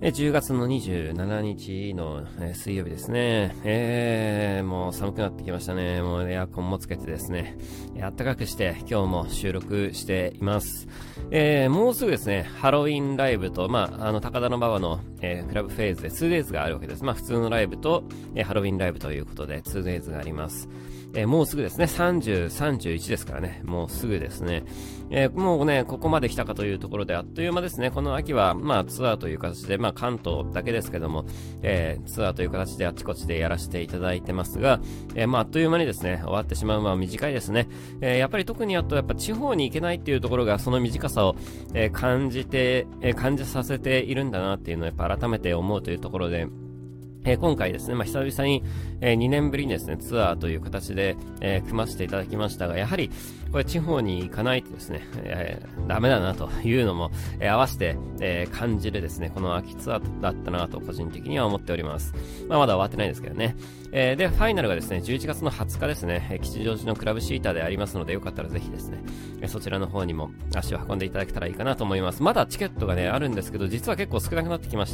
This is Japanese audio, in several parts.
10月の27日の、水曜日ですね。もう寒くなってきましたね。もうエアコンもつけてですね、暖かくして今日も収録しています。もうすぐですね、ハロウィンライブと、高田馬場の、クラブフェイズで 2days があるわけです。普通のライブと、ハロウィンライブということで 2days があります。もうすぐですね、30、31ですからね、もうすぐですね。もうね、ここまで来たかというところであっという間ですね。この秋は、ツアーという形で、関東だけですけども、ツアーという形であちこちでやらせていただいてますが、あっという間にですね、終わってしまう短いですね。やっぱり特にやっぱ地方に行けないっていうところが、その短さを、感じさせているんだなっていうのをやっぱ改めて思うというところで、今回ですね、久々に、2年ぶりにですね、ツアーという形で、組ませていただきましたが、やはり、これ地方に行かないとですね、ダメだなというのも、合わせて、感じるですね、この秋ツアーだったなと個人的には思っております。まだ終わってないですけどね。で、ファイナルがですね、11月の20日ですね、吉祥寺のクラブシーターでありますので、よかったらぜひですね、そちらの方にも足を運んでいただけたらいいかなと思います。まだチケットがね、あるんですけど、実は結構少なくなってきまして、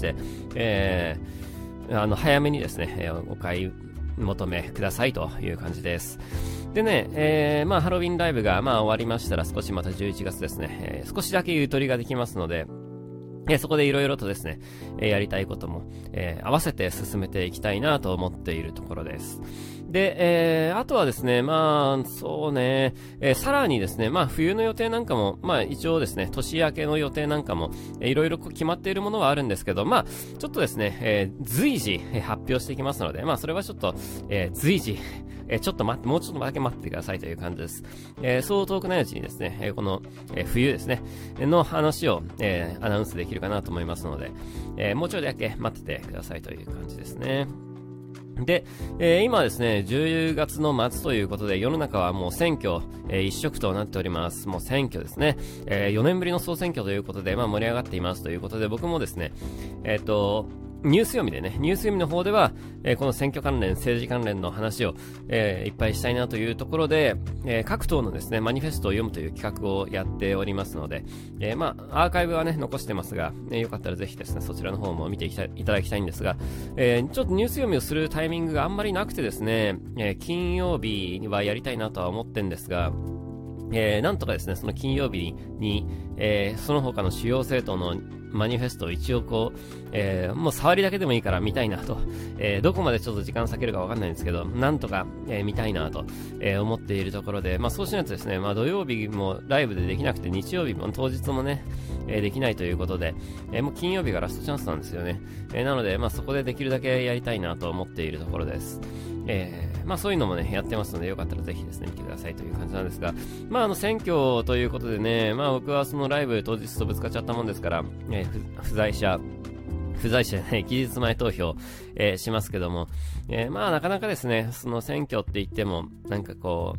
早めにですね、お買い求めくださいという感じです。でね、ハロウィンライブが終わりましたら少しまた11月ですね、少しだけゆとりができますので、そこでいろいろとですね、やりたいことも、合わせて進めていきたいなと思っているところです。で、あとはですね、そうね、さらにですね、冬の予定なんかも、一応ですね、年明けの予定なんかも、いろいろ決まっているものはあるんですけど、ちょっとですね、随時、発表していきますので、それはちょっと、随時、ちょっと待って、もうちょっとだけ待ってくださいという感じです。そう遠くないうちにですね、この、冬ですね、の話を、アナウンスできるかなと思いますので、もうちょいだけ待っててくださいという感じですね。で、今ですね、10月の末ということで、世の中はもう選挙、一色となっております。もう選挙ですね。4年ぶりの総選挙ということで、盛り上がっていますということで、僕もですね、ニュース読みでね、ニュース読みの方では、この選挙関連、政治関連の話を、いっぱいしたいなというところで、各党のですね、マニフェストを読むという企画をやっておりますので、アーカイブはね、残してますが、よかったらぜひですね、そちらの方も見ていただきたいんですが、ちょっとニュース読みをするタイミングがあんまりなくてですね、金曜日にはやりたいなとは思ってんですが、なんとかですね、その金曜日に、その他の主要政党のマニフェストを一応もう触りだけでもいいから見たいなと、どこまでちょっと時間割けるかわかんないんですけど、なんとか、見たいなと、思っているところで、そうしないとですね、土曜日もライブでできなくて、日曜日も当日もね、できないということで、もう金曜日がラストチャンスなんですよね。なので、そこでできるだけやりたいなと思っているところです。そういうのもね、やってますので、よかったらぜひですね、見てくださいという感じなんですが、選挙ということでね、僕はそのライブ当日とぶつかっちゃったもんですから、不在者ね、期日前投票、しますけども、なかなかですね、その選挙って言っても、なんかこ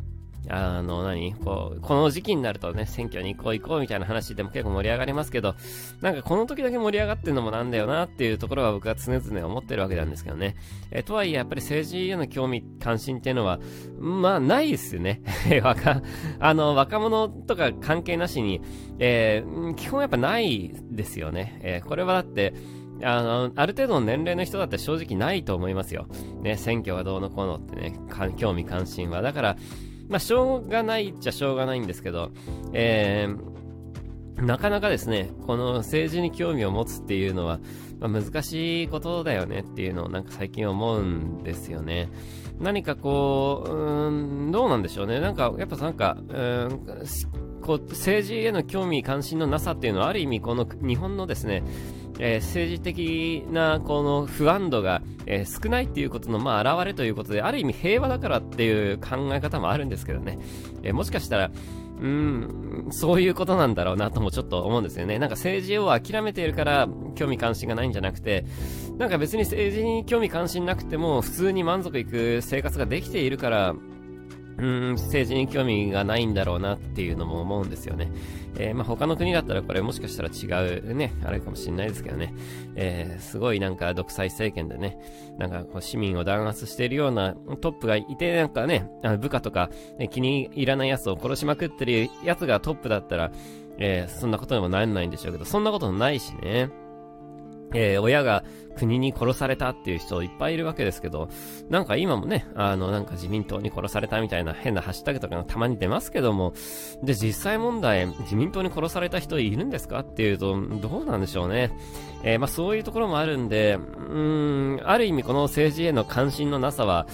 の時期になるとね、選挙に行こうみたいな話でも結構盛り上がりますけど、なんかこの時だけ盛り上がってるのもなんだよなっていうところは僕は常々思ってるわけなんですけどね。とはいえやっぱり政治への興味関心っていうのはないですよね。若者とか関係なしに、基本やっぱないですよね。これはだってある程度の年齢の人だって正直ないと思いますよ。ね、選挙がどうのこうのってね、興味関心は。だからしょうがないっちゃしょうがないんですけど、なかなかですね、この政治に興味を持つっていうのは、難しいことだよねっていうのをなんか最近思うんですよね。何かどうなんでしょうね。なんか、やっぱ政治への興味関心のなさっていうのはある意味この日本のですね、政治的なこの不安度が、少ないっていうことの表れということで、ある意味平和だからっていう考え方もあるんですけどね、もしかしたらそういうことなんだろうなともちょっと思うんですよね。なんか政治を諦めているから興味関心がないんじゃなくて、なんか別に政治に興味関心なくても普通に満足いく生活ができているから政治に興味がないんだろうなっていうのも思うんですよね。他の国だったらこれもしかしたら違うね、あれかもしれないですけどね。すごいなんか独裁政権でね、なんか市民を弾圧しているようなトップがいて、なんかね、部下とか、気に入らない奴を殺しまくってる奴がトップだったら、そんなことにもならないんでしょうけど、そんなことないしね。 親が国に殺されたっていう人いっぱいいるわけですけど、なんか今もね、なんか自民党に殺されたみたいな変なハッシュタグとかがたまに出ますけども、で、実際問題、自民党に殺された人いるんですかっていうと、どうなんでしょうね。まあそういうところもあるんで、ある意味この政治への関心のなさは、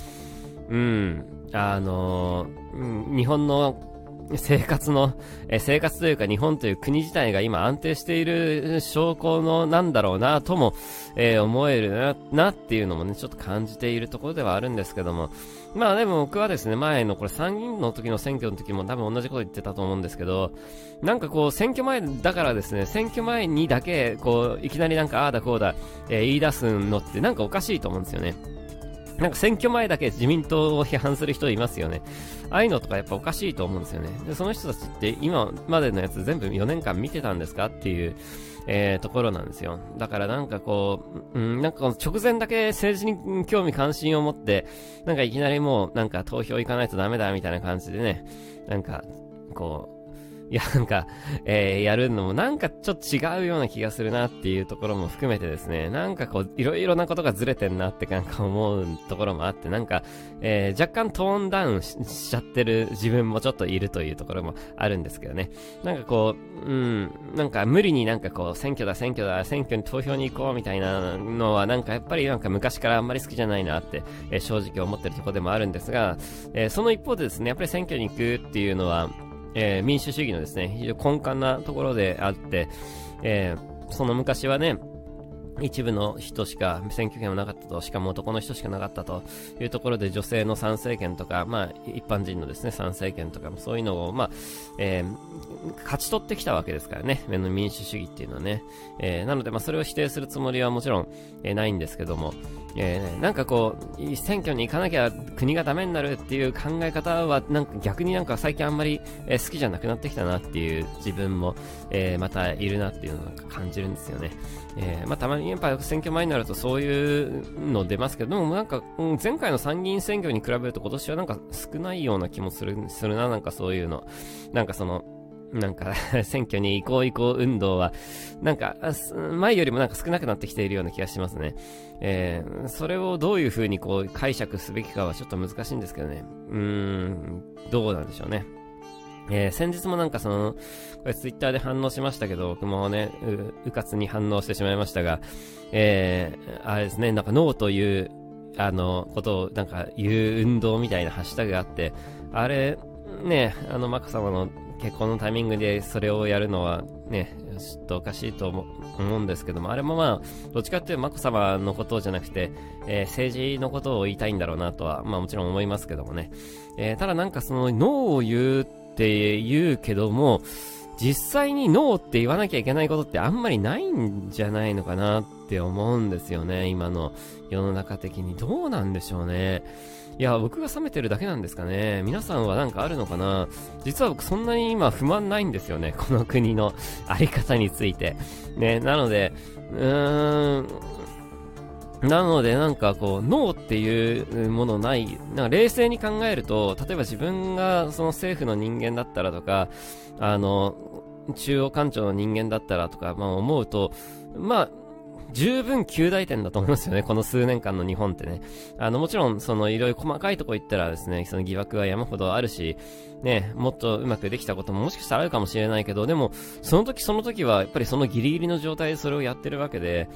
日本の生活というか日本という国自体が今安定している証拠のなんだろうなとも、思えるなっていうのもね、ちょっと感じているところではあるんですけども。まあでも僕はですね、前のこれ参議院の時の選挙の時も多分同じこと言ってたと思うんですけど、なんかこう選挙前だからですね、選挙前にだけこういきなりなんかああだこうだ、言い出すのってなんかおかしいと思うんですよね。なんか選挙前だけ自民党を批判する人いますよね。ああいうのとかやっぱおかしいと思うんですよね。で、その人たちって今までのやつ全部4年間見てたんですかっていう、ところなんですよ。だからなんかこう、なんか直前だけ政治に興味関心を持って、なんかいきなりもうなんか投票行かないとダメだみたいな感じでね、なんかこう、いや、なんか、やるのもなんかちょっと違うような気がするなっていうところも含めてですね、なんかこう、いろいろなことがずれてんなってなんか思うところもあって、なんか、若干トーンダウン しちゃってる自分もちょっといるというところもあるんですけどね。なんかこう、なんか無理になんかこう、選挙に投票に行こうみたいなのはなんかやっぱりなんか昔からあんまり好きじゃないなって、正直思ってるところでもあるんですが、その一方でですね、やっぱり選挙に行くっていうのは、民主主義のですね、非常に根幹なところであって、その昔はね、一部の人しか選挙権はなかったと、しかも男の人しかなかったというところで、女性の参政権とか、まあ一般人のですね参政権とかもそういうのをまあ、勝ち取ってきたわけですからね、民主主義っていうのはね、なのでまあそれを否定するつもりはもちろん、ないんですけども、なんかこう選挙に行かなきゃ国がダメになるっていう考え方はなんか逆になんか最近あんまり、好きじゃなくなってきたなっていう自分も、またいるなっていうのをなんか感じるんですよね。まあたまにやっぱ選挙前になるとそういうの出ますけど、でもなんか、前回の参議院選挙に比べると今年はなんか少ないような気もするな、なんかそういうの。なんかその、なんか選挙に行こう運動はなんか前よりもなんか少なくなってきているような気がしますね。それをどういう風にこう解釈すべきかはちょっと難しいんですけどね。どうなんでしょうね。先日もなんかこれツイッターで反応しましたけど、僕もね、うかつに反応してしまいましたが、あれですね、なんかノーという、ことをなんか言う運動みたいなハッシュタグがあって、あれ、ね、マコ様の結婚のタイミングでそれをやるのはね、ちょっとおかしいと思うんですけども、あれもまあ、どっちかっていうとマコ様のことじゃなくて、政治のことを言いたいんだろうなとは、まあもちろん思いますけどもね。ただなんかノーを言うって言うけども、実際にノーって言わなきゃいけないことってあんまりないんじゃないのかなって思うんですよね。今の世の中的にどうなんでしょうね。いや、僕が冷めてるだけなんですかね。皆さんはなんかあるのかな。実は僕そんなに今不満ないんですよね。この国のあり方について。ね、なので、なんかこう、ノーっていうものない、なんか冷静に考えると、例えば自分がその政府の人間だったらとか、中央官庁の人間だったらとか、まあ思うと、まあ、十分及第点だと思いますよね、この数年間の日本ってね。もちろん、いろいろ細かいとこ行ったらですね、その疑惑は山ほどあるし、ね、もっとうまくできたことももしかしたらあるかもしれないけど、でも、その時は、やっぱりそのギリギリの状態でそれをやってるわけで、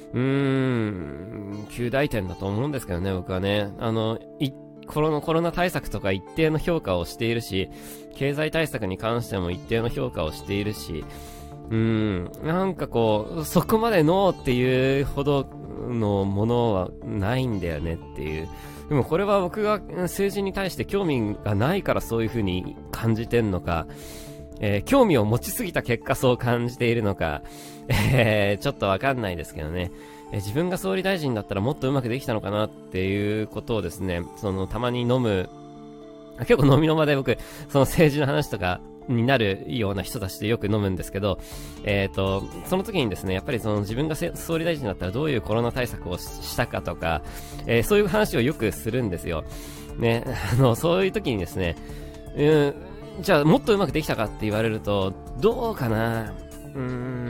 及第点だと思うんですけどね、僕はね。コロナ対策とか一定の評価をしているし、経済対策に関しても一定の評価をしているし、なんかこう、そこまでノーっていうほどのものはないんだよねっていう。でもこれは僕が政治に対して興味がないからそういう風に感じてんのか、興味を持ちすぎた結果そう感じているのか、ちょっとわかんないですけどね。自分が総理大臣だったらもっとうまくできたのかなっていうことをですね、たまに飲む、結構飲みの場で僕、その政治の話とかになるような人たちでよく飲むんですけど、その時にですね、やっぱり自分が総理大臣だったらどういうコロナ対策をしたかとか、そういう話をよくするんですよ。ね、そういう時にですね、じゃあもっとうまくできたかって言われると、どうかな。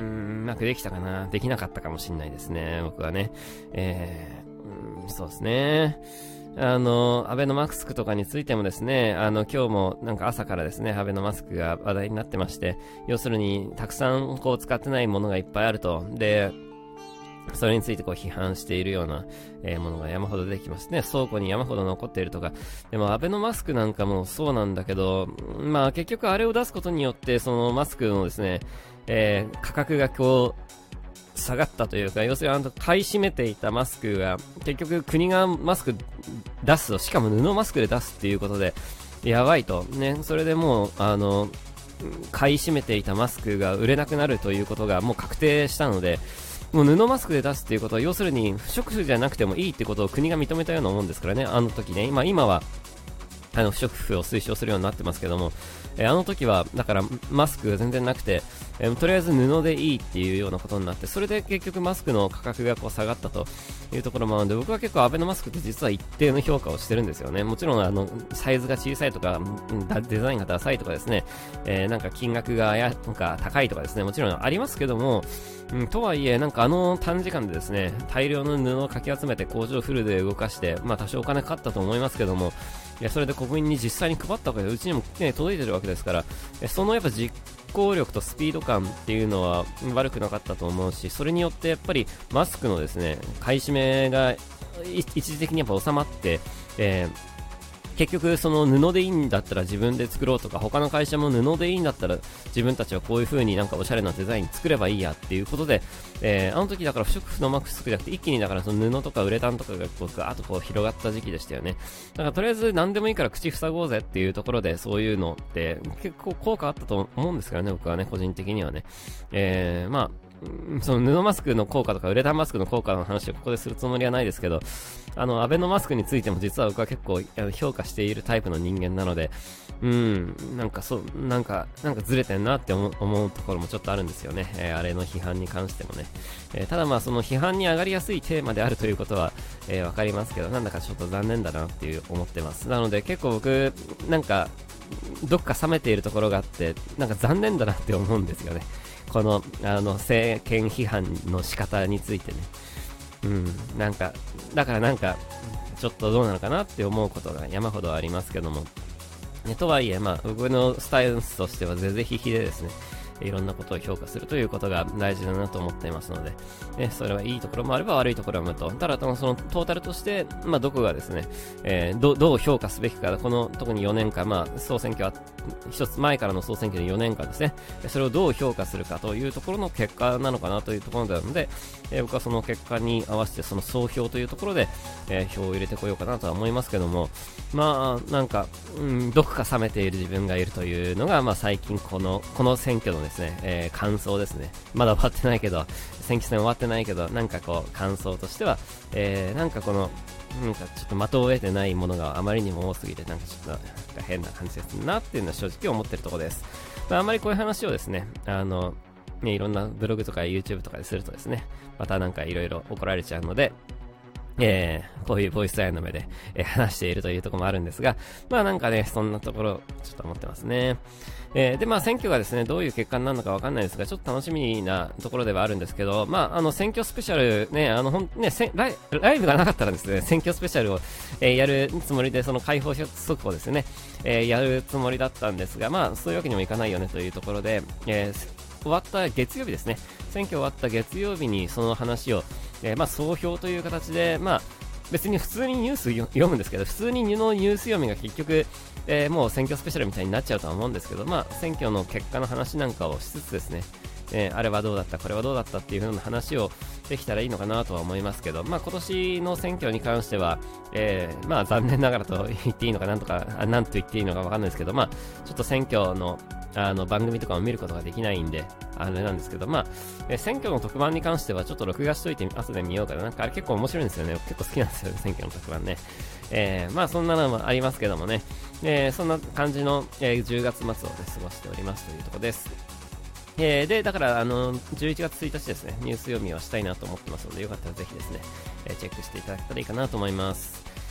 まくできたかな、できなかったかもしれないですね、僕はね。そうですね。アベノマスクとかについてもですね、今日もなんか朝からですね、アベノマスクが話題になってまして、要するに、たくさんこう使ってないものがいっぱいあると。で、それについてこう批判しているような、ものが山ほど出てきますね。倉庫に山ほど残っているとか。でもアベノマスクなんかもそうなんだけど、まあ結局あれを出すことによって、そのマスクのですね、価格がこう、下がったというか、要するに買い占めていたマスクが、結局国がマスク出すと、しかも布マスクで出すっていうことで、やばいと。ね、それでもう、買い占めていたマスクが売れなくなるということがもう確定したので、もう布マスクで出すっていうことは、要するに不織布じゃなくてもいいってことを国が認めたようなもんですからね、あの時ね。今は、不織布を推奨するようになってますけども、あの時は、だからマスクが全然なくて、とりあえず布でいいっていうようなことになって、それで結局マスクの価格がこう下がったというところもあるので、僕は結構アベノマスクって実は一定の評価をしてるんですよね。もちろんサイズが小さいとか、デザインがダサいとかですね、なんか金額がなんか高いとかですね、もちろんありますけども、とはいえ、なんか短時間でですね、大量の布をかき集めて工場フルで動かして、まあ多少お金かかったと思いますけども、それで国民に実際に配ったわけで、うちにも、ね、届いてるわけですから、そのやっぱ実行力とスピード感っていうのは悪くなかったと思うし、それによってやっぱりマスクのですね、買い占めが一時的にやっぱ収まって、結局その布でいいんだったら自分で作ろうとか、他の会社も布でいいんだったら自分たちはこういう風になんかおしゃれなデザイン作ればいいやっていうことで、あの時だから不織布のマスクじゃなくて一気にだからその布とかウレタンとかがこうガーッとこう広がった時期でしたよね。だからとりあえず何でもいいから口塞ごうぜっていうところで、そういうのって結構効果あったと思うんですからね、僕はね、個人的にはね。まあその布マスクの効果とかウレタンマスクの効果の話をここでするつもりはないですけど、アベノマスクについても実は僕は結構評価しているタイプの人間なので、なんかなんかずれてんなって思うところもちょっとあるんですよね。あれの批判に関してもね。ただまあその批判に上がりやすいテーマであるということは、わかりますけど、なんだかちょっと残念だなっていう思ってます。なので結構僕、なんか、どっか冷めているところがあって、なんか残念だなって思うんですよね。この、政権批判の仕方についてね。なんか、だからなんか、ちょっとどうなのかなって思うことが山ほどありますけども。とはいえ、まあ、僕のスタンスとしてはぜぜひひでですね、いろんなことを評価するということが大事だなと思っていますので、それはいいところもあれば悪いところもあると。ただ、そのトータルとして、まあ、どこがですね、どう評価すべきか、この特に4年間、まあ、総選挙は、一つ前からの総選挙で4年間ですね、それをどう評価するかというところの結果なのかなというところなので、僕はその結果に合わせてその総評というところで、票を入れてこようかなとは思いますけども、まあ、なんか、どこか冷めている自分がいるというのが、まあ、最近この選挙のですね、感想ですね。まだ終わってないけど、選挙戦終わってないけど、なんかこう、感想としては、なんかこの、なんかちょっと的を得てないものがあまりにも多すぎて、なんかちょっと変な感じですなっていうのは正直思ってるところです。まあ、あまりこういう話をですね、いろんなブログとか YouTube とかでするとですね、またなんかいろいろ怒られちゃうので、こういうボイスアイの目で、話しているというところもあるんですが、まあなんかね、そんなところ、ちょっと思ってますね。で、まあ選挙がですね、どういう結果になるのかわかんないですが、ちょっと楽しみなところではあるんですけど、まあ選挙スペシャルね、ライブがなかったらですね、選挙スペシャルを、やるつもりで、その開放速報ですね、やるつもりだったんですが、まあそういうわけにもいかないよねというところで、終わった月曜日ですね、選挙終わった月曜日にその話を、まあ総評という形で、まあ別に普通にニュース読むんですけど、普通にニュース読みが結局、もう選挙スペシャルみたいになっちゃうとは思うんですけど、まあ選挙の結果の話なんかをしつつですね、あれはどうだった、これはどうだったっていう風な話をできたらいいのかなとは思いますけど、まあ今年の選挙に関しては、まあ残念ながらと言っていいのかなんと言っていいのかわかんないですけど、まあちょっと選挙の番組とかを見ることができないんで、あれなんですけど、まあ、選挙の特番に関してはちょっと録画しといて後で見ようかな。なんかあれ結構面白いんですよね。結構好きなんですよね、選挙の特番ね。まあそんなのもありますけどもね。そんな感じの、10月末を、ね、過ごしておりますというところです。で、だから、11月1日ですね、ニュース読みはしたいなと思ってますので、よかったらぜひですね、チェックしていただけたらいいかなと思います。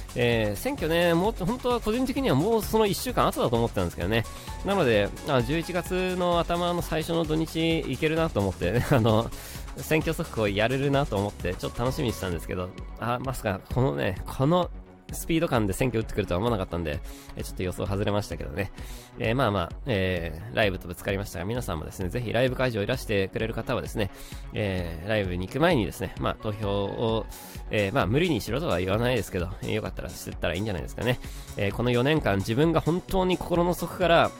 選挙ね、もっと本当は個人的にはもうその1週間後だと思ってたんですけどね。なので、11月の頭の最初の土日行けるなと思って、ね、選挙速報やれるなと思って、ちょっと楽しみにしたんですけど、まさか、このスピード感で選挙打ってくるとは思わなかったんで、ちょっと予想外れましたけどね。ライブとぶつかりましたが、皆さんもですね、ぜひライブ会場いらしてくれる方はですね、ライブに行く前にですね、投票を、無理にしろとは言わないですけど、よかったらしてったらいいんじゃないですかね。この4年間自分が本当に心の底から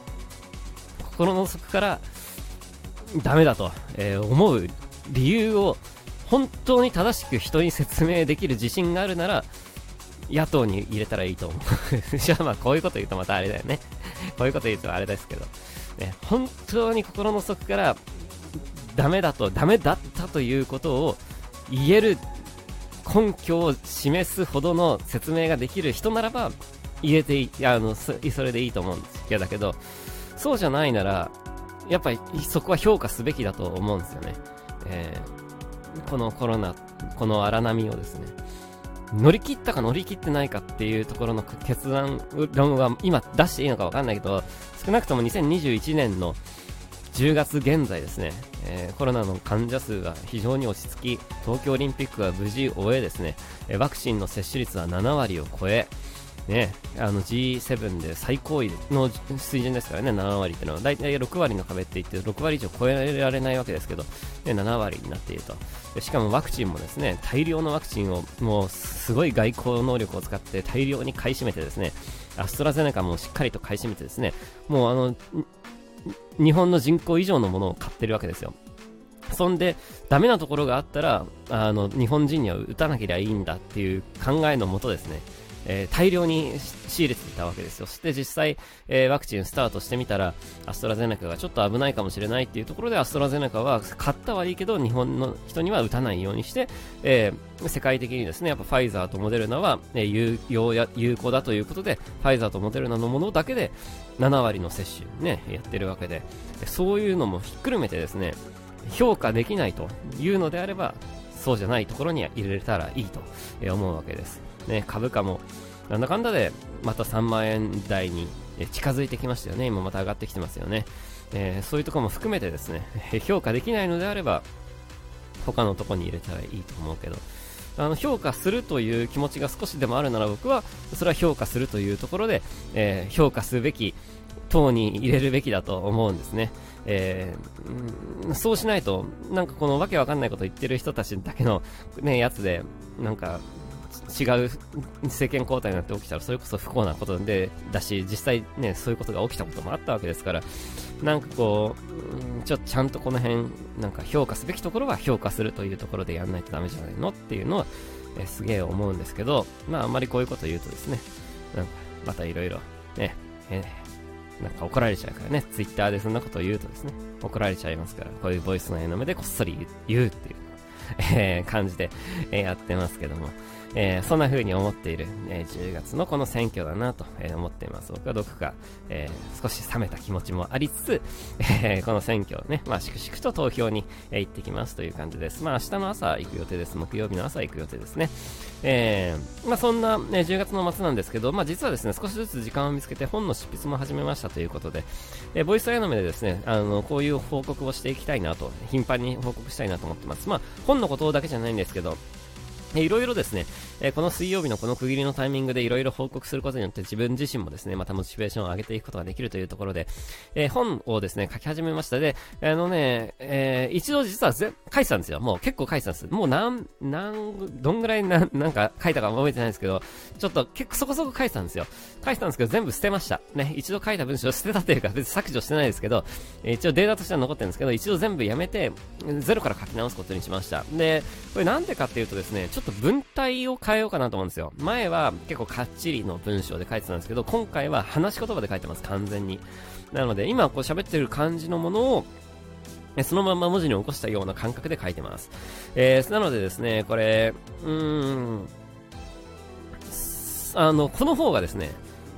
ダメだと、思う理由を本当に正しく人に説明できる自信があるなら、野党に入れたらいいと思う。じゃあこういうこと言うとまたあれだよね。こういうこと言うとあれですけど、ね、本当に心の底からダメだったということを言える根拠を示すほどの説明ができる人ならば入れてそれでいいと思うんですよ。だけどそうじゃないならやっぱりそこは評価すべきだと思うんですよね。このコロナ、この荒波をですね、乗り切ったか乗り切ってないかっていうところの決断論は今出していいのか分かんないけど、少なくとも2021年の10月現在ですね、コロナの患者数が非常に落ち着き、東京オリンピックは無事終えですね、ワクチンの接種率は7割を超え、ね、G7 で最高位の水準ですからね。7割ってのは大体6割の壁って言って6割以上超えられないわけですけど、7割になっていると。しかもワクチンもですね、大量のワクチンをもうすごい外交能力を使って大量に買い占めてですね、アストラゼネカもしっかりと買い占めてですね、もう日本の人口以上のものを買ってるわけですよ。そんでダメなところがあったら日本人には打たなければいいんだっていう考えのもとですね、大量に仕入れていたわけですよ。そして実際、ワクチンスタートしてみたらアストラゼネカがちょっと危ないかもしれないっていうところで、アストラゼネカは買ったはいいけど日本の人には打たないようにして、世界的にですね、やっぱファイザーとモデルナは、有効だということで、ファイザーとモデルナのものだけで7割の接種ねやってるわけで、そういうのもひっくるめてですね、評価できないというのであれば、そうじゃないところには入れたらいいと思うわけですね。株価もなんだかんだでまた3万円台に近づいてきましたよね。今また上がってきてますよね。そういうところも含めてですね、評価できないのであれば他のところに入れたらいいと思うけど、評価するという気持ちが少しでもあるなら、僕はそれは評価するというところで、評価すべき党に入れるべきだと思うんですね。そうしないとなんかこのわけわかんないこと言ってる人たちだけの、ね、やつでなんか違う政権交代になって起きたらそれこそ不幸なことでだし、実際ねそういうことが起きたこともあったわけですから、なんかこうちょっとちゃんとこの辺なんか評価すべきところは評価するというところでやんないとダメじゃないのっていうのは、すげえ思うんですけど、あんまりこういうこと言うとですね、なんかまたいろいろね、なんか怒られちゃうからね、ツイッターでそんなことを言うとですね、怒られちゃいますから、こういうボイスの絵の目でこっそり言うっていう、感じで、やってますけども、そんな風に思っている、10月のこの選挙だなと、思っています。僕はどこか、少し冷めた気持ちもありつつ、この選挙をね、粛々と投票に、行ってきますという感じです。明日の朝行く予定です。木曜日の朝行く予定ですね。そんな、10月の末なんですけど、実はですね、少しずつ時間を見つけて本の執筆も始めましたということで、ボイスアイの目でですね、こういう報告をしていきたいなと、頻繁に報告したいなと思ってます。本のことだけじゃないんですけど、いろいろですね、この水曜日のこの区切りのタイミングでいろいろ報告することによって自分自身もですね、またモチベーションを上げていくことができるというところで、本をですね、書き始めました。で、一度実は書いてたんですよ。もう結構書いてたんです。もうどんぐらいなんか書いたか覚えてないんですけど、ちょっと結構そこそこ書いてたんですよ。書いてたんですけど全部捨てました。ね、一度書いた文章を捨てたというか別に削除してないですけど、一応データとしては残ってるんですけど、一度全部やめて、ゼロから書き直すことにしました。で、これなんでかっていうとですね、ちょっと文体を変えようかなと思うんですよ。前は結構かっちりの文章で書いてたんですけど、今回は話し言葉で書いてます、完全に。なので今こう喋ってる感じのものをそのまま文字に起こしたような感覚で書いてます。なのでですね、これこの方がですね、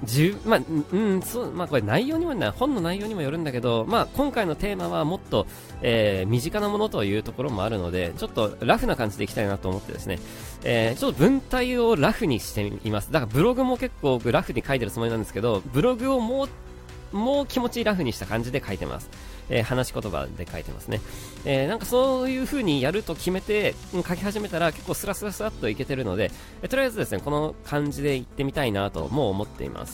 まあ、そう、まあこれ内容にも本の内容にもよるんだけど、まあ今回のテーマはもっと、身近なものというところもあるので、ちょっとラフな感じでいきたいなと思ってですね、ちょっと文体をラフにしています。だからブログも結構ラフに書いてるつもりなんですけど、ブログをもう気持ちラフにした感じで書いてます。話し言葉で書いてますね。なんかそういう風にやると決めて、書き始めたら結構スラスラスラっといけてるので、とりあえずですね、この感じで行ってみたいなとも思っています。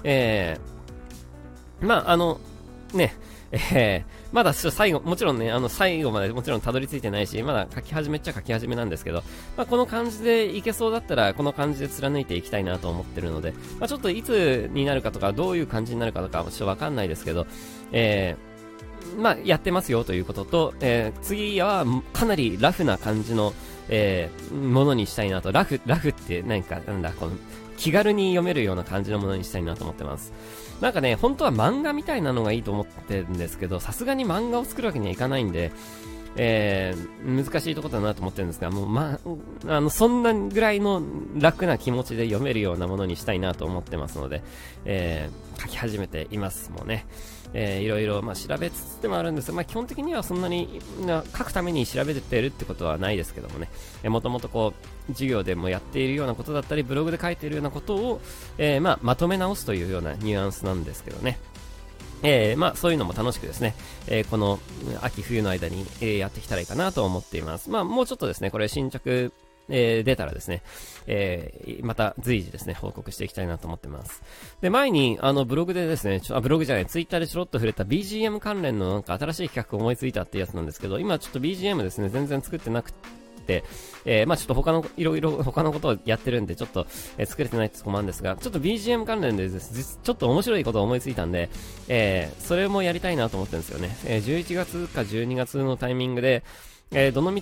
まあね、まだ最後、もちろんね、最後までもちろんたどり着いてないし、まだ書き始めなんですけど、まあ、この感じでいけそうだったら、この感じで貫いていきたいなと思ってるので、まあ、ちょっといつになるかとか、どういう感じになるかとか、ちょっとわかんないですけど、まあ、やってますよということと、次はかなりラフな感じの、ものにしたいなと。ラフってなんだ、この、気軽に読めるような感じのものにしたいなと思ってます。なんかね、本当は漫画みたいなのがいいと思ってるんですけど、さすがに漫画を作るわけにはいかないんで、難しいところだなと思ってるんですが、もうそんなぐらいの楽な気持ちで読めるようなものにしたいなと思ってますので、書き始めています。もうね。いろいろ、まあ、調べつつでもあるんですが、まあ、基本的にはそんなに書くために調べてるってことはないですけどもね、もともとこう授業でもやっているようなことだったりブログで書いているようなことを、まとめ直すというようなニュアンスなんですけどね。まあそういうのも楽しくですね、この秋冬の間に、やってきたらいいかなと思っています。まあもうちょっとですね、これ新着出たらですね、また随時ですね、報告していきたいなと思ってます。で、前に、ブログでですね、ブログじゃない、ツイッターでちょろっと触れた BGM 関連のなんか新しい企画を思いついたってやつなんですけど、今ちょっと BGM ですね、全然作ってなくて、まあちょっといろいろ他のことをやってるんで、ちょっと、作れてないってとこもあるんですが、ちょっと BGM 関連でですね、ちょっと面白いことを思いついたんで、それもやりたいなと思ってるんですよね。11月か12月のタイミングで、どの道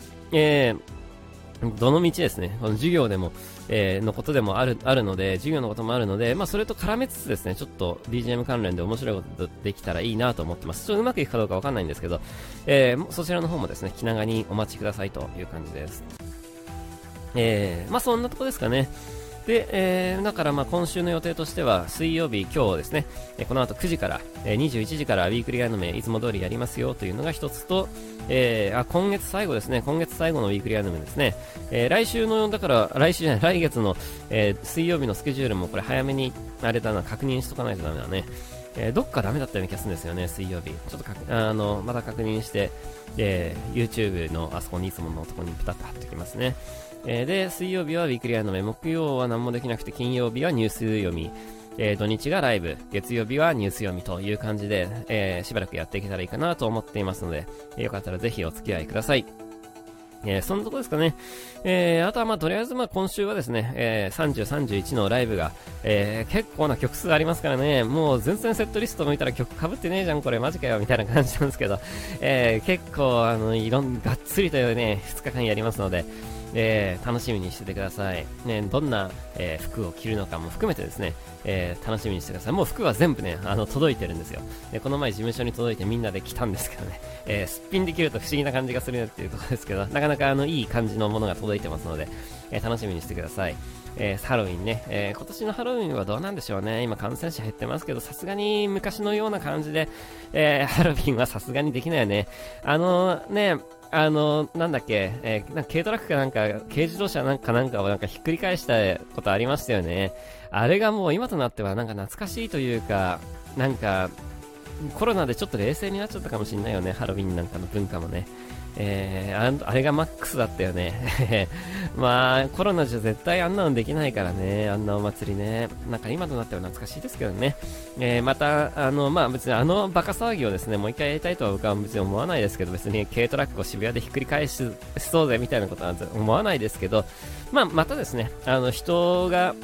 ですね、この授業でも、のことでもあるので、授業のこともあるので、まあそれと絡めつつですね、ちょっと BGM 関連で面白いことできたらいいなと思ってます。ちょっとうまくいくかどうかわかんないんですけど、そちらの方もですね、気長にお待ちくださいという感じです。まあそんなとこですかね。で、だからまあ今週の予定としては水曜日今日ですね、この後9時から、21時からウィークリーアニメいつも通りやりますよというのが一つと、今月最後ですね、今月最後のウィークリーアニメですね、来週の、だから来月の、水曜日のスケジュールもこれ早めにあれだな、確認しとかないとダメだね。どっかダメだったような気がするんですよね、水曜日。ちょっとまた確認して、YouTube のあそこにいつものところにピタッと貼っておきますね。で、水曜日はウィークリーアニメ、木曜は何もできなくて、金曜日はニュース読み、土日がライブ、月曜日はニュース読みという感じで、しばらくやっていけたらいいかなと思っていますので、よかったらぜひお付き合いください。そんなとこですかね。あとはとりあえず今週はですね、30、31のライブが、結構な曲数ありますからね、もう全然セットリスト見たら曲被ってねえじゃん、これマジかよ、みたいな感じなんですけど、結構がっつりとね、2日間やりますので、楽しみにしててください。ね、どんな、服を着るのかも含めてですね、楽しみにしてください。もう服は全部ね、届いてるんですよ。この前事務所に届いてみんなで着たんですけどね、すっぴんできると不思議な感じがするっていうところですけど、なかなかいい感じのものが届いてますので、楽しみにしてください。ハロウィンね、今年のハロウィンはどうなんでしょうね。今感染者減ってますけど、さすがに昔のような感じで、ハロウィンはさすがにできないよね。なんだっけ、軽トラックかなんか、軽自動車なんかをなんかひっくり返したことありましたよね。あれがもう今となってはなんか懐かしいというか、なんか、コロナでちょっと冷静になっちゃったかもしれないよね、ハロウィンなんかの文化もね。あれがマックスだったよね。まあ、コロナじゃ絶対あんなのできないからね、あんなお祭りね。なんか今となっては懐かしいですけどね。また、別にバカ騒ぎをですね、もう一回やりたいとは僕は別に思わないですけど、別に軽トラックを渋谷でひっくり返しそうぜみたいなことは思わないですけど、またですね、人が、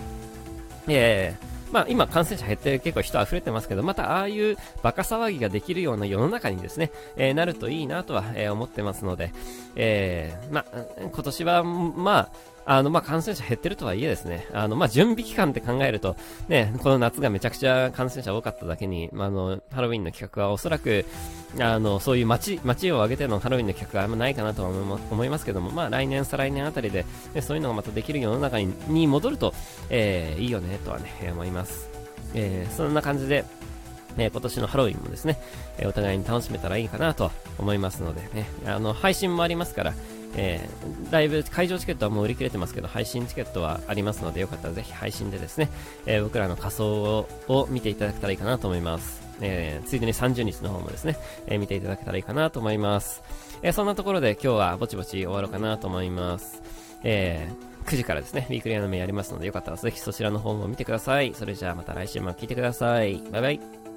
今感染者減って結構人溢れてますけど、またああいうバカ騒ぎができるような世の中にですね、なるといいなとは、思ってますので、今年は感染者減ってるとはいえですね、準備期間って考えると、ね、この夏がめちゃくちゃ感染者多かっただけに、ハロウィンの企画はおそらく、そういう街を挙げてのハロウィンの企画はあんまないかなとは思いますけども、来年、再来年あたりで、ね、そういうのがまたできる世の中に戻ると、いいよね、とはね、思います。そんな感じで、今年のハロウィンもですね、お互いに楽しめたらいいかなと思いますのでね、配信もありますから、ライブ会場チケットはもう売り切れてますけど、配信チケットはありますので、よかったらぜひ配信でですね、僕らの仮装を見ていただけたらいいかなと思います。ついでに30日の方もですね、見ていただけたらいいかなと思います。そんなところで今日はぼちぼち終わろうかなと思います。9時からですね、ウィークリーアニメやりますので、よかったらぜひそちらの方も見てください。それじゃあまた来週も聞いてください。バイバイ。